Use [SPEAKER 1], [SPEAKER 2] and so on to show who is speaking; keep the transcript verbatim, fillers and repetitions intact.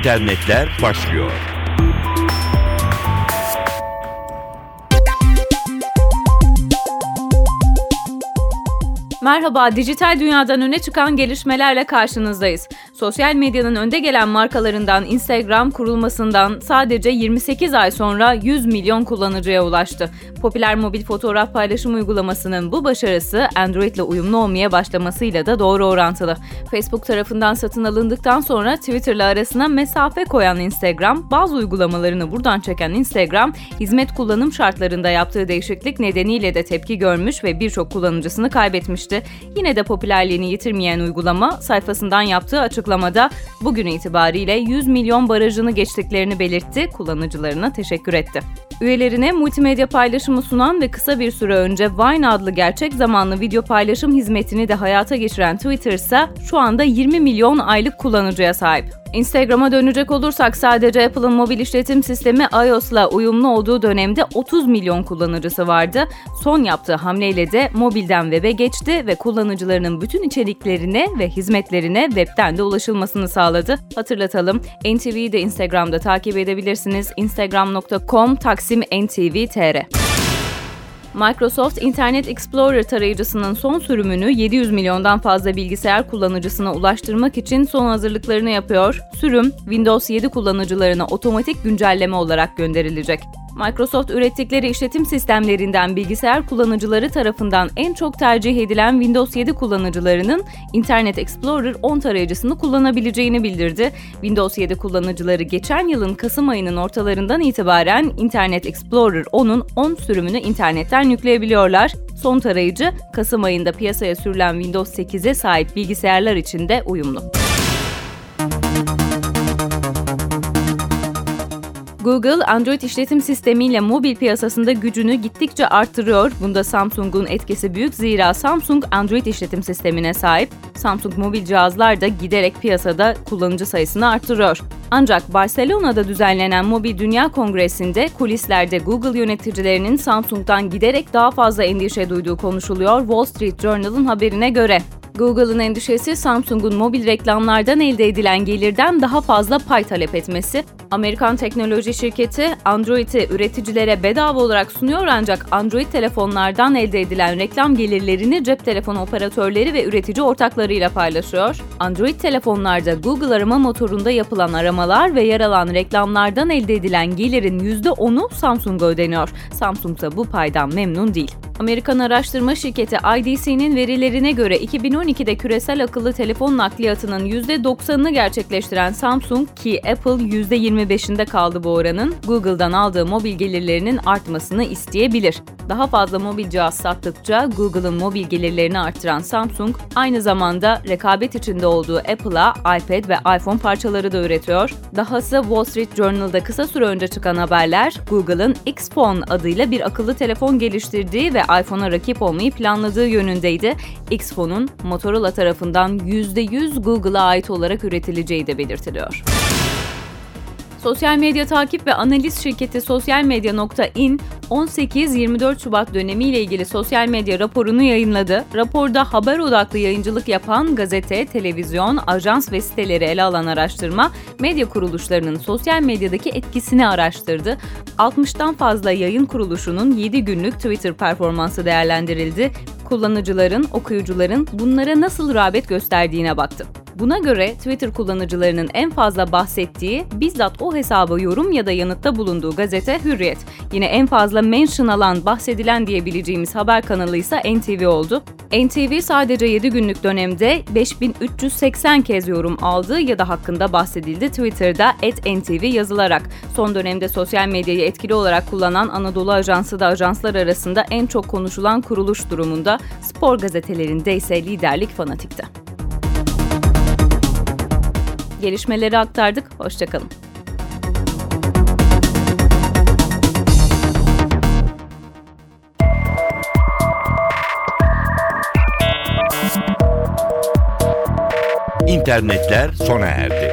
[SPEAKER 1] İnternetler başlıyor.
[SPEAKER 2] Merhaba, dijital dünyadan öne çıkan gelişmelerle karşınızdayız. Sosyal medyanın önde gelen markalarından Instagram kurulmasından sadece yirmi sekiz ay sonra yüz milyon kullanıcıya ulaştı. Popüler mobil fotoğraf paylaşım uygulamasının bu başarısı Android ile uyumlu olmaya başlamasıyla da doğru orantılı. Facebook tarafından satın alındıktan sonra Twitter'la arasına mesafe koyan Instagram, bazı uygulamalarını buradan çeken Instagram, hizmet kullanım şartlarında yaptığı değişiklik nedeniyle de tepki görmüş ve birçok kullanıcısını kaybetmişti. Yine de popülerliğini yitirmeyen uygulama sayfasından yaptığı açıklamada bugün itibariyle yüz milyon barajını geçtiklerini belirtti, kullanıcılarına teşekkür etti. Üyelerine multimedya paylaşımı sunan ve kısa bir süre önce Vine adlı gerçek zamanlı video paylaşım hizmetini de hayata geçiren Twitter ise şu anda yirmi milyon aylık kullanıcıya sahip. Instagram'a dönecek olursak sadece Apple'ın mobil işletim sistemi iOS'la uyumlu olduğu dönemde otuz milyon kullanıcısı vardı. Son yaptığı hamleyle de mobilden web'e geçti ve kullanıcılarının bütün içeriklerine ve hizmetlerine web'ten de ulaşılmasını sağladı. Hatırlatalım, N T V'yi de Instagram'da takip edebilirsiniz. instagram nokta com taksim N T V T R. Microsoft Internet Explorer tarayıcısının son sürümünü yedi yüz milyondan fazla bilgisayar kullanıcısına ulaştırmak için son hazırlıklarını yapıyor. Sürüm, Windows yedi kullanıcılarına otomatik güncelleme olarak gönderilecek. Microsoft ürettikleri işletim sistemlerinden bilgisayar kullanıcıları tarafından en çok tercih edilen Windows yedi kullanıcılarının Internet Explorer on tarayıcısını kullanabileceğini bildirdi. Windows yedi kullanıcıları geçen yılın Kasım ayının ortalarından itibaren Internet Explorer onun on sürümünü internetten yükleyebiliyorlar. Son tarayıcı, Kasım ayında piyasaya sürülen Windows sekize sahip bilgisayarlar için de uyumlu. Google, Android işletim sistemiyle mobil piyasasında gücünü gittikçe arttırıyor. Bunda Samsung'un etkisi büyük, zira Samsung Android işletim sistemine sahip. Samsung mobil cihazlar da giderek piyasada kullanıcı sayısını arttırıyor. Ancak Barcelona'da düzenlenen Mobil Dünya Kongresi'nde kulislerde Google yöneticilerinin Samsung'dan giderek daha fazla endişe duyduğu konuşuluyor. Wall Street Journal'ın haberine göre. Google'ın endişesi Samsung'un mobil reklamlardan elde edilen gelirden daha fazla pay talep etmesi. Amerikan teknoloji şirketi Android'i üreticilere bedava olarak sunuyor ancak Android telefonlardan elde edilen reklam gelirlerini cep telefonu operatörleri ve üretici ortaklarıyla paylaşıyor. Android telefonlarda Google arama motorunda yapılan aramalar ve yer alan reklamlardan elde edilen gelirin yüzde onu Samsung'a ödeniyor. Samsung ise bu paydan memnun değil. Amerikan araştırma şirketi I D C'nin verilerine göre iki bin on ikide küresel akıllı telefon nakliyatının yüzde doksanını gerçekleştiren Samsung, ki Apple yüzde yirmi beşinde kaldı bu oranın, Google'dan aldığı mobil gelirlerinin artmasını isteyebilir. Daha fazla mobil cihaz sattıkça Google'ın mobil gelirlerini arttıran Samsung, aynı zamanda rekabet içinde olduğu Apple'a iPad ve iPhone parçaları da üretiyor. Dahası Wall Street Journal'da kısa süre önce çıkan haberler, Google'ın X-Phone adıyla bir akıllı telefon geliştirdiği ve iPhone'a rakip olmayı planladığı yönündeydi. X-Phone'un Motorola tarafından yüzde yüz Google'a ait olarak üretileceği de belirtiliyor. Sosyal medya takip ve analiz şirketi sosyalmedya nokta in on sekiz yirmi dört Şubat dönemiyle ilgili sosyal medya raporunu yayınladı. Raporda haber odaklı yayıncılık yapan gazete, televizyon, ajans ve siteleri ele alan araştırma, medya kuruluşlarının sosyal medyadaki etkisini araştırdı. altmıştan fazla yayın kuruluşunun yedi günlük Twitter performansı değerlendirildi. Kullanıcıların, okuyucuların bunlara nasıl rağbet gösterdiğine baktı. Buna göre Twitter kullanıcılarının en fazla bahsettiği, bizzat o hesaba yorum ya da yanıtta bulunduğu gazete Hürriyet. Yine en fazla mention alan, bahsedilen diyebileceğimiz haber kanalı ise N T V oldu. N T V sadece yedi günlük dönemde beş bin üç yüz seksen kez yorum aldı ya da hakkında bahsedildi Twitter'da at N T V yazılarak. Son dönemde sosyal medyayı etkili olarak kullanan Anadolu Ajansı da ajanslar arasında en çok konuşulan kuruluş durumunda, spor gazetelerinde ise liderlik Fanatik'te. Gelişmeleri aktardık, hoşçakalın.
[SPEAKER 1] İnternetler sona erdi.